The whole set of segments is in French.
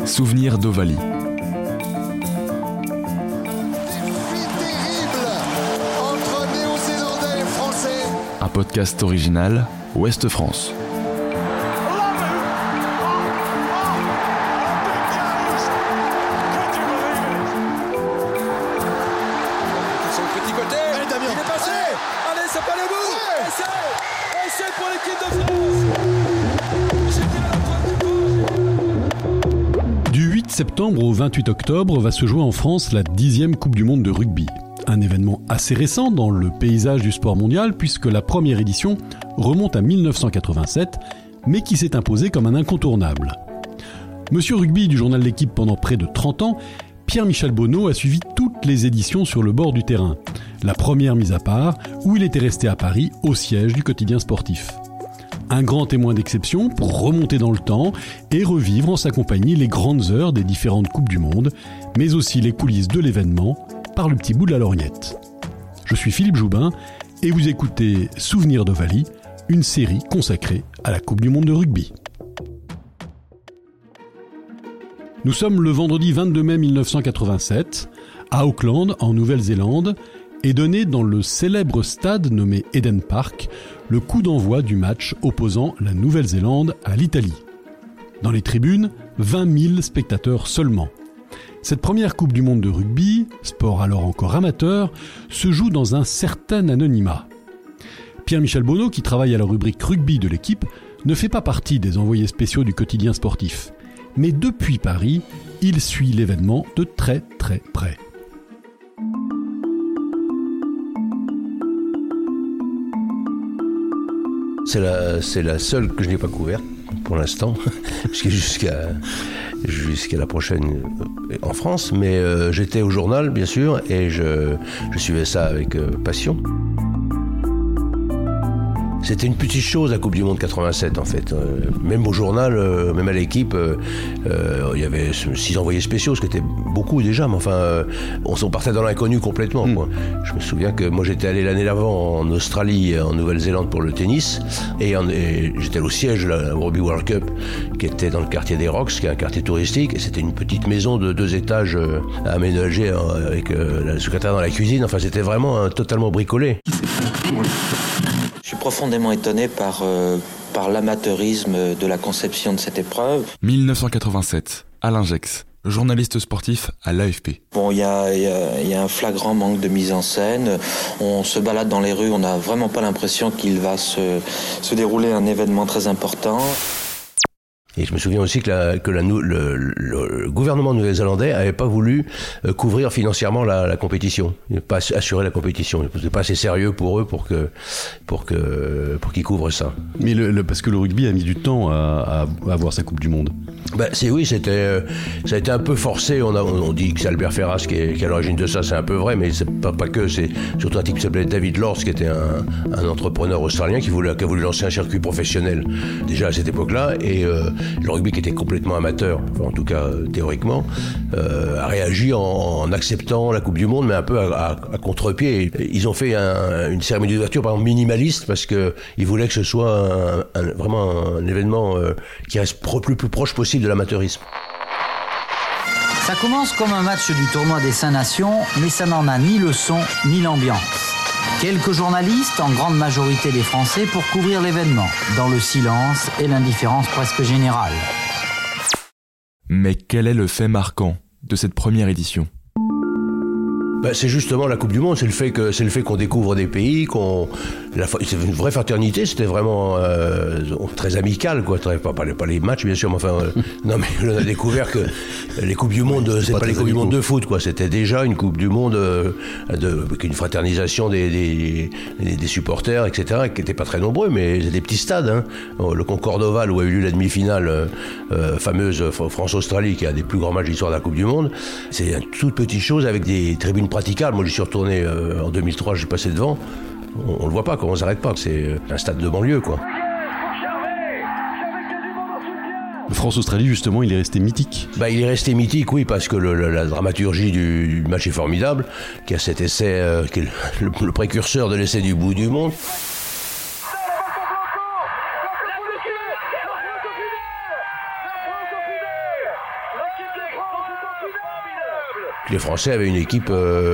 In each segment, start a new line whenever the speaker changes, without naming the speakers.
Souvenir d'Ovalie. Un podcast original Ouest France.
Du 8 septembre au 28 octobre va se jouer en France la 10e Coupe du Monde de rugby. Un événement assez récent dans le paysage du sport mondial puisque la première édition remonte à 1987, mais qui s'est imposée comme un incontournable. Monsieur Rugby du journal L'Équipe pendant près de 30 ans, Pierre-Michel Bonneau a suivi toutes les éditions sur le bord du terrain. La première mise à part, où il était resté à Paris, au siège du quotidien sportif. Un grand témoin d'exception pour remonter dans le temps et revivre en sa compagnie les grandes heures des différentes Coupes du Monde, mais aussi les coulisses de l'événement par le petit bout de la lorgnette. Je suis Philippe Joubin et vous écoutez Souvenir d'Ovalie, une série consacrée à la Coupe du Monde de rugby. Nous sommes le vendredi 22 mai 1987, à Auckland, en Nouvelle-Zélande, est donné dans le célèbre stade nommé Eden Park le coup d'envoi du match opposant la Nouvelle-Zélande à l'Italie. Dans les tribunes, 20 000 spectateurs seulement. Cette première Coupe du Monde de rugby, sport alors encore amateur, se joue dans un certain anonymat. Pierre-Michel Bonneau, qui travaille à la rubrique rugby de l'Équipe, ne fait pas partie des envoyés spéciaux du quotidien sportif. Mais depuis Paris, il suit l'événement de très très près.
C'est la seule que je n'ai pas couverte pour l'instant, jusqu'à la prochaine en France. Mais j'étais au journal, bien sûr, et je suivais ça avec passion. C'était une petite chose la Coupe du Monde 87 en fait. Même au journal, même à l'Équipe, il y avait 6 envoyés spéciaux, ce qui était beaucoup déjà, mais enfin, on partait dans l'inconnu complètement. Quoi. Je me souviens que moi j'étais allé l'année d'avant en Australie, en Nouvelle-Zélande pour le tennis, et j'étais au siège de la Rugby World Cup, qui était dans le quartier des Rocks, qui est un quartier touristique, et c'était une petite maison de 2 étages aménagée avec la secrétaire dans la cuisine. Enfin, c'était vraiment totalement bricolé.
Je suis profondément étonné par l'amateurisme de la conception de cette épreuve.
1987, Alain Gex, journaliste sportif à l'AFP.
Bon, il y a un flagrant manque de mise en scène. On se balade dans les rues, on n'a vraiment pas l'impression qu'il va se dérouler un événement très important.
Et je me souviens aussi que le gouvernement nouvelle-zélandais avait pas voulu couvrir financièrement la compétition, pas assurer la compétition. C'était pas assez sérieux pour eux pour qu'ils couvrent ça.
Mais parce que le rugby a mis du temps à avoir sa Coupe du Monde.
Ça a été un peu forcé. On dit que c'est Albert Ferras qui est à l'origine de ça, c'est un peu vrai, mais c'est pas que. C'est surtout un type qui s'appelait David Lords, qui était un entrepreneur australien qui a voulu lancer un circuit professionnel déjà à cette époque-là, et le rugby, qui était complètement amateur, enfin, en tout cas théoriquement, a réagi en acceptant la Coupe du Monde, mais un peu à contre-pied. Ils ont fait une cérémonie d'ouverture par exemple minimaliste, parce qu'ils voulaient que ce soit vraiment un événement qui reste le plus proche possible de l'amateurisme.
Ça commence comme un match du tournoi des 5 Nations, mais ça n'en a ni le son ni l'ambiance. Quelques journalistes, en grande majorité des Français, pour couvrir l'événement, dans le silence et l'indifférence presque générale.
Mais quel est le fait marquant de cette première édition ?
C'est justement la Coupe du Monde, c'est le fait qu'on découvre des pays, c'est une vraie fraternité, c'était vraiment très amical, quoi. Pas les matchs, bien sûr, mais enfin, non, mais on a découvert que les Coupes du Monde, c'est pas les Coupes du Monde de foot, quoi. C'était déjà une Coupe du Monde avec une fraternisation des supporters, etc., qui n'étaient pas très nombreux, mais c'est des petits stades, hein. Le Concorde Oval, où a eu lieu la demi-finale fameuse France-Australie, qui est un des plus grands matchs de l'histoire de la Coupe du Monde, c'est une toute petite chose avec des tribunes praticable. Moi, j'y suis retourné en 2003, j'ai passé devant. On le voit pas, on s'arrête pas. C'est un stade de banlieue, quoi.
France-Australie, justement, il est resté mythique.
Il est resté mythique, oui, parce que la dramaturgie du match est formidable, qui a cet essai, qui est le précurseur de l'essai du bout du monde. Les Français avaient une équipe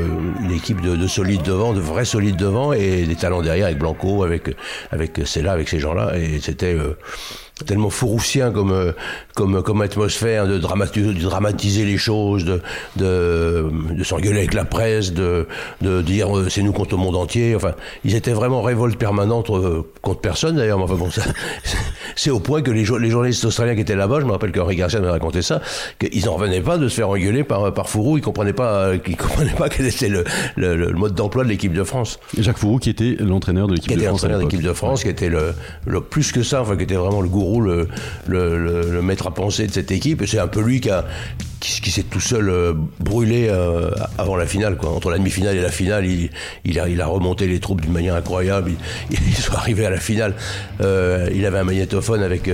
de solides devant, de vrais solides devant, et des talents derrière avec Blanco, avec Sella, avec ces gens-là, et c'était tellement fouroufsien comme atmosphère de dramatiser les choses, de s'engueuler avec la presse, de dire c'est nous contre le monde entier. Enfin, ils étaient vraiment en révolte permanente contre personne d'ailleurs. Mais enfin bon, ça, c'est au point que les journalistes australiens qui étaient là-bas, je me rappelle qu'Henri Garcia m'avait raconté ça, qu'ils n'en revenaient pas de se faire engueuler par Fourou. Ils comprenaient pas quel était le mode d'emploi de l'équipe de France.
Et Jacques Fourou qui était l'entraîneur de l'équipe de France. Qui était l'entraîneur de l'équipe
de France, qui était le plus que ça, enfin qui était vraiment le gourou, le maître à penser de cette équipe. Et c'est un peu lui qui s'est tout seul brûlé avant la finale, quoi. Entre la demi-finale et la finale, il a remonté les troupes d'une manière incroyable. Ils sont arrivés à la finale. Il avait un magnétophone avec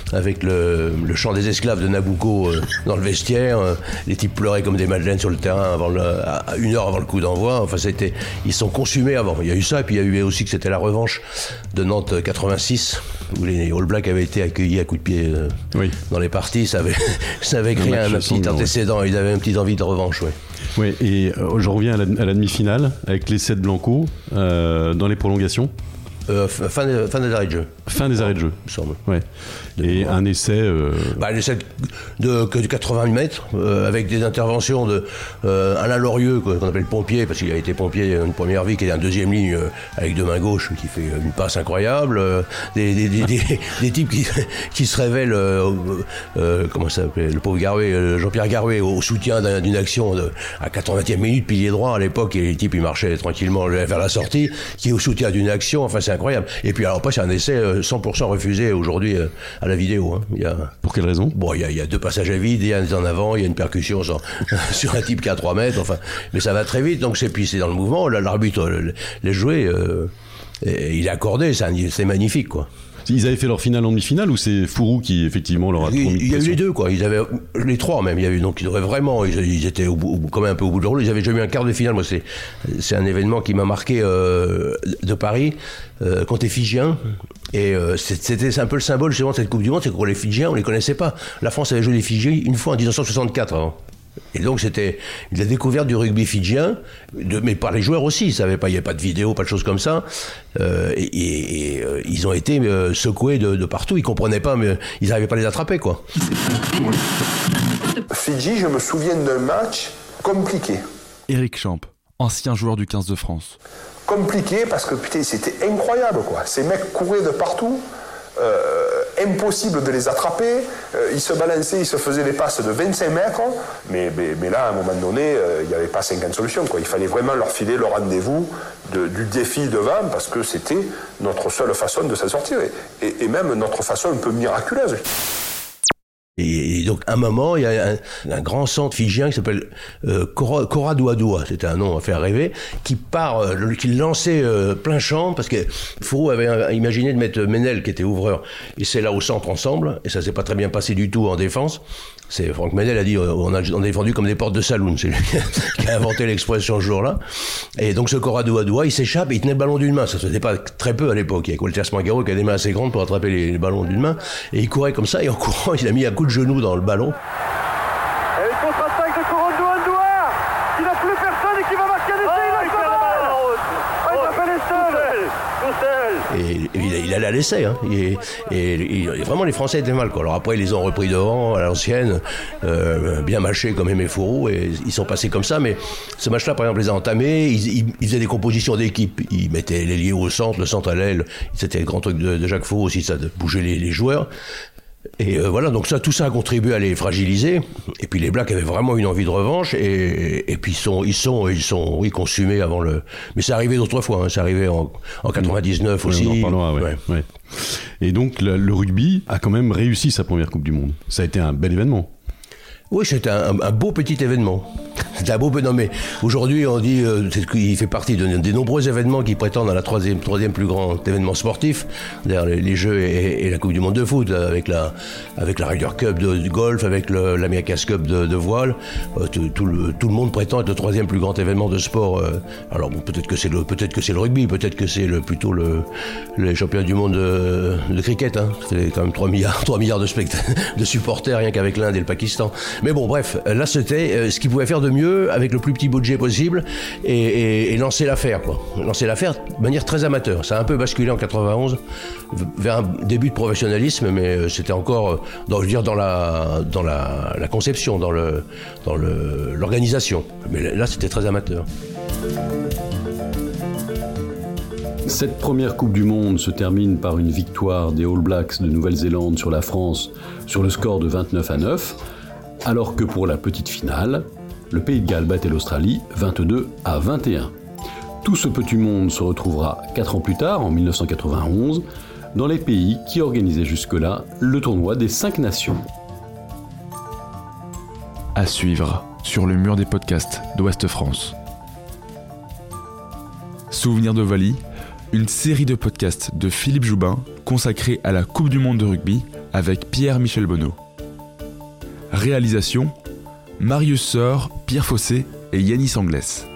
le chant des esclaves de Nabucco dans le vestiaire. Les types pleuraient comme des madeleines sur le terrain à 1 heure avant le coup d'envoi. Enfin, ils sont consumés avant. Il y a eu ça, et puis il y a eu aussi que c'était la revanche de Nantes 86, où les All Blacks avaient été accueillis à coups de pied dans les parties. Ça avait créé un petit antécédent. Ils avaient une petite envie de revanche,
Oui, et je reviens à la demi-finale avec l'essai de Blanco dans les prolongations.
Fin des arrêts de jeu.
Fin des arrêts de jeu.
Il me semble.
Ouais. Et un essai.
Un essai de 80 mètres, avec des interventions de Alain Lorieux, qu'on appelle pompier, parce qu'il a été pompier une première vie, qui est en deuxième ligne, avec 2 mains gauches, qui fait une passe incroyable. Des types qui se révèlent, comment ça s'appelait, le pauvre Garouet, Jean-Pierre Garouet, au soutien d'une action à 80e minute, pilier droit à l'époque, et les types, ils marchaient tranquillement vers la sortie, qui est au soutien d'une action. Enfin, c'est incroyable. Et puis alors après, c'est un essai 100% refusé aujourd'hui à la vidéo.
Pour quelle raison ?
Bon, il y a 2 passages à vide, il y a un en avant, il y a une percussion sur un type qui a 3 mètres. Enfin, mais ça va très vite, donc c'est dans le mouvement. L'arbitre laisse jouer, et il est accordé, c'est magnifique, quoi.
Ils avaient fait leur finale en demi-finale, ou c'est Fourou qui effectivement leur a trop mis de pression ?
Il y a eu les deux, quoi. Ils avaient les 3 même. Il y a eu, donc ils devraient vraiment. Ils étaient quand même un peu au bout de leur rôle. Ils avaient déjà eu un quart de finale. Moi, c'est un événement qui m'a marqué de Paris contre les Fidjiens. Et c'était un peu le symbole justement de cette Coupe du Monde, c'est que les Fidjiens, on les connaissait pas. La France avait joué les Fidjiens une fois en 1964 avant. Et donc c'était la découverte du rugby fidjien, mais par les joueurs aussi. Ils savaient pas, il n'y avait pas de vidéo, pas de choses comme ça. Ils ont été secoués de partout. Ils comprenaient pas, mais ils n'arrivaient pas à les attraper, quoi.
Fidji, je me souviens d'un match compliqué.
Éric Champ, ancien joueur du 15 de France.
Compliqué parce que putain, c'était incroyable, quoi. Ces mecs couraient de partout. Impossible de les attraper, ils se balançaient, ils se faisaient des passes de 25 mètres, mais là, à un moment donné, il n'y avait pas 50 solutions, quoi. Il fallait vraiment leur filer le rendez-vous du défi devant, parce que c'était notre seule façon de s'en sortir, et même notre façon un peu miraculeuse.
Et donc, à un moment, il y a un grand centre fidjien qui s'appelle Koradouadoua, c'était un nom à faire rêver, qui lançait plein champ, parce que Fourou avait imaginé de mettre Ménel, qui était ouvreur, et c'est là au centre ensemble, et ça s'est pas très bien passé du tout en défense. C'est Franck Ménel a dit on a défendu comme des portes de saloon, c'est lui qui a inventé l'expression ce jour-là. Et donc ce Koradouadoua, il s'échappe et il tenait le ballon d'une main. Ça se faisait pas très peu à l'époque. Il y a Walter Smagaro qui a des mains assez grandes pour attraper les ballons d'une main, et il courait comme ça, et en courant, il a mis un coup de genou dans le ballon.
Et le contre-attaque de Koradouadoua, qui n'a plus personne et qui va marquer un essai, il a fait l'essai, tout seul.
Et il allait à l'essai, hein. Et vraiment les Français étaient mal, quoi. Alors après ils les ont repris devant à l'ancienne, bien mâchés comme aimait Fourou, et ils sont passés comme ça. Mais ce match-là, par exemple, les a entamés. Ils faisaient des compositions d'équipe. Ils mettaient l'ailier au centre, le centre à l'aile. C'était le grand truc de Jacques Fourou aussi, ça, de bouger les joueurs. Et voilà, donc tout ça a contribué à les fragiliser. Et puis les Blacks avaient vraiment une envie de revanche. Et puis ils sont consumés avant le. Mais c'est arrivé d'autres fois. Hein. C'est arrivé en 99 aussi.
On en parlera, ouais. Et donc le rugby a quand même réussi sa première Coupe du Monde. Ça a été un bel événement.
Oui, c'était un beau petit événement. C'était un beau peu. Non, mais aujourd'hui, on dit qu'il fait partie des nombreux événements qui prétendent à la troisième plus grand événement sportif, c'est-à-dire les Jeux et la Coupe du Monde de foot, avec la Ryder Cup de golf, avec l'America's Cup de voile. Tout le monde prétend être le troisième plus grand événement de sport. Alors bon, peut-être que c'est le rugby, peut-être que c'est plutôt les championnats du monde de cricket. Hein. C'est quand même 3 milliards de supporters rien qu'avec l'Inde et le Pakistan. Mais bon, bref, là c'était ce qu'ils pouvaient faire de mieux avec le plus petit budget possible et lancer l'affaire, quoi. Lancer l'affaire de manière très amateur. Ça a un peu basculé en 91 vers un début de professionnalisme, mais c'était encore dans la conception, dans l'organisation. Mais là, c'était très amateur.
Cette première Coupe du Monde se termine par une victoire des All Blacks de Nouvelle-Zélande sur la France sur le score de 29-9, alors que pour la petite finale, le Pays de Galles battait l'Australie 22-21. Tout ce petit monde se retrouvera 4 ans plus tard, en 1991, dans les pays qui organisaient jusque-là le tournoi des 5 nations.
À suivre sur le mur des podcasts d'Ouest France. Souvenirs d'Ovalie, une série de podcasts de Philippe Joubin consacrée à la Coupe du Monde de rugby avec Pierre-Michel Bonneau. Réalisation, Marius Sœur, Pierre Fossé et Yanis Anglès.